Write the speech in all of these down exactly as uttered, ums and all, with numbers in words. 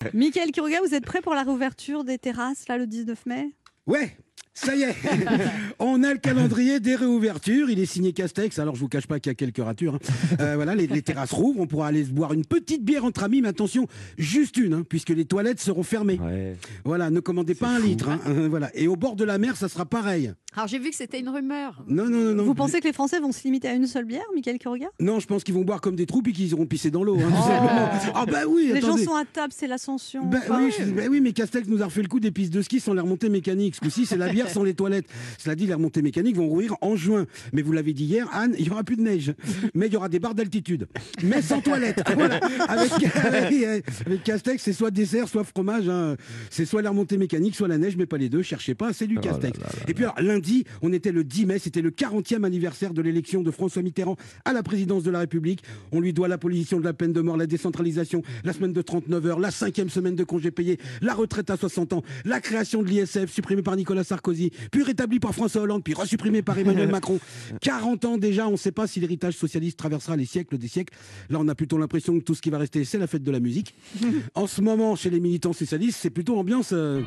Mickaël Quiroga, vous êtes prêt pour la réouverture des terrasses là, le dix-neuf mai? Ouais, ça y est, on a le calendrier des réouvertures, il est signé Castex, alors je vous cache pas qu'il y a quelques ratures. Hein. Euh, voilà, les, les terrasses rouvrent, on pourra aller se boire une petite bière entre amis, mais attention, juste une, hein, puisque les toilettes seront fermées. Ouais. Voilà, ne commandez pas un fou. litre. Hein, voilà. Et au bord de la mer, ça sera pareil. Alors j'ai vu que c'était une rumeur. Non, non, non. non. Vous pensez que les Français vont se limiter à une seule bière, Mickaël Quiroga? Non, je pense qu'ils vont boire comme des troupes et qu'ils iront pisser dans l'eau. Hein, oh. Ah bah oui, les attendez. gens sont à table, c'est l'ascension. Bah, enfin, oui, je, bah oui, mais Castex nous a refait le coup des pistes de ski sans les remontées mécaniques. Ce coup-ci, c'est la bière sans les toilettes. Cela dit, les remontées mécaniques vont rouvrir en juin. Mais vous l'avez dit hier, Anne, il n'y aura plus de neige. Mais il y aura des barres d'altitude. Mais sans toilettes. Voilà. Avec, avec, avec Castex, c'est soit dessert, soit fromage. Hein. C'est soit les remontées mécaniques, soit la neige, mais pas les deux. Cherchez pas, c'est du Castex. Oh là là là. Et puis alors, lundi, on était le dix mai, c'était le quarantième anniversaire de l'élection de François Mitterrand à la présidence de la République. On lui doit l'abolition de la peine de mort, la décentralisation, la semaine de trente-neuf heures, la cinquième semaine de congés payés, la retraite à soixante ans, la création de l'I S F, supprimée par Nicolas Sarkozy, puis rétablie par François Hollande, puis resupprimée par Emmanuel Macron. quarante ans déjà, on ne sait pas si l'héritage socialiste traversera les siècles des siècles. Là, on a plutôt l'impression que tout ce qui va rester, c'est la fête de la musique. En ce moment, chez les militants socialistes, c'est plutôt ambiance... Euh...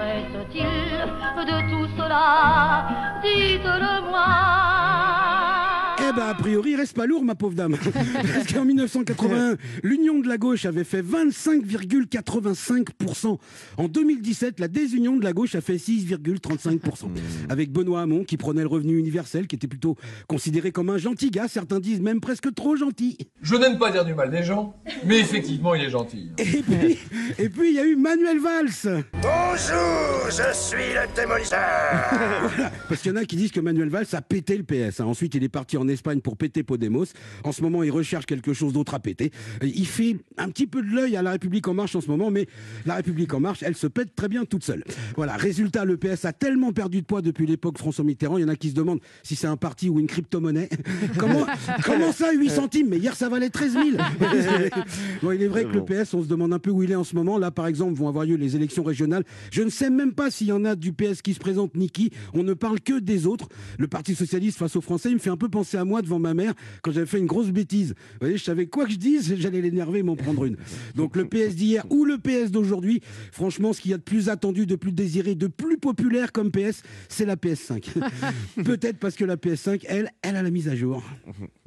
de tout cela, dites-le-moi. Eh ben, a priori, il reste pas lourd, ma pauvre dame. Parce qu'en mille neuf cent quatre-vingt-un, l'union de la gauche avait fait vingt-cinq virgule quatre-vingt-cinq pour cent. En deux mille dix-sept, la désunion de la gauche a fait six virgule trente-cinq pour cent. Avec Benoît Hamon, qui prenait le revenu universel, qui était plutôt considéré comme un gentil gars. Certains disent même presque trop gentil. Je n'aime pas dire du mal des gens, mais effectivement, il est gentil. Et puis, et puis, il y a eu Manuel Valls. Bonjour, je suis le démolisseur. Voilà. Parce qu'il y en a qui disent que Manuel Valls a pété le P S. Hein. Ensuite, il est parti en Espagne pour péter Podemos. En ce moment, il recherche quelque chose d'autre à péter. Il fait un petit peu de l'œil à La République En Marche en ce moment, mais La République En Marche, elle se pète très bien toute seule. Voilà. Résultat, le P S a tellement perdu de poids depuis l'époque François Mitterrand. Il y en a qui se demandent si c'est un parti ou une crypto-monnaie. comment, comment ça, huit centimes? Mais hier, ça valait treize mille. Bon, il est vrai que le P S, on se demande un peu où il est en ce moment. Là, par exemple, vont avoir lieu les élections régionales. Je ne sais même pas s'il y en a du P S qui se présente ni qui. On ne parle que des autres. Le Parti Socialiste face aux Français, il me fait un peu penser à moi devant ma mère quand j'avais fait une grosse bêtise. Vous voyez, je savais quoi que je dise, j'allais l'énerver et m'en prendre une. Donc le P S d'hier ou le P S d'aujourd'hui, franchement, ce qu'il y a de plus attendu, de plus désiré, de plus populaire comme P S, c'est la P S cinq. Peut-être parce que la P S cinq, elle, elle a la mise à jour.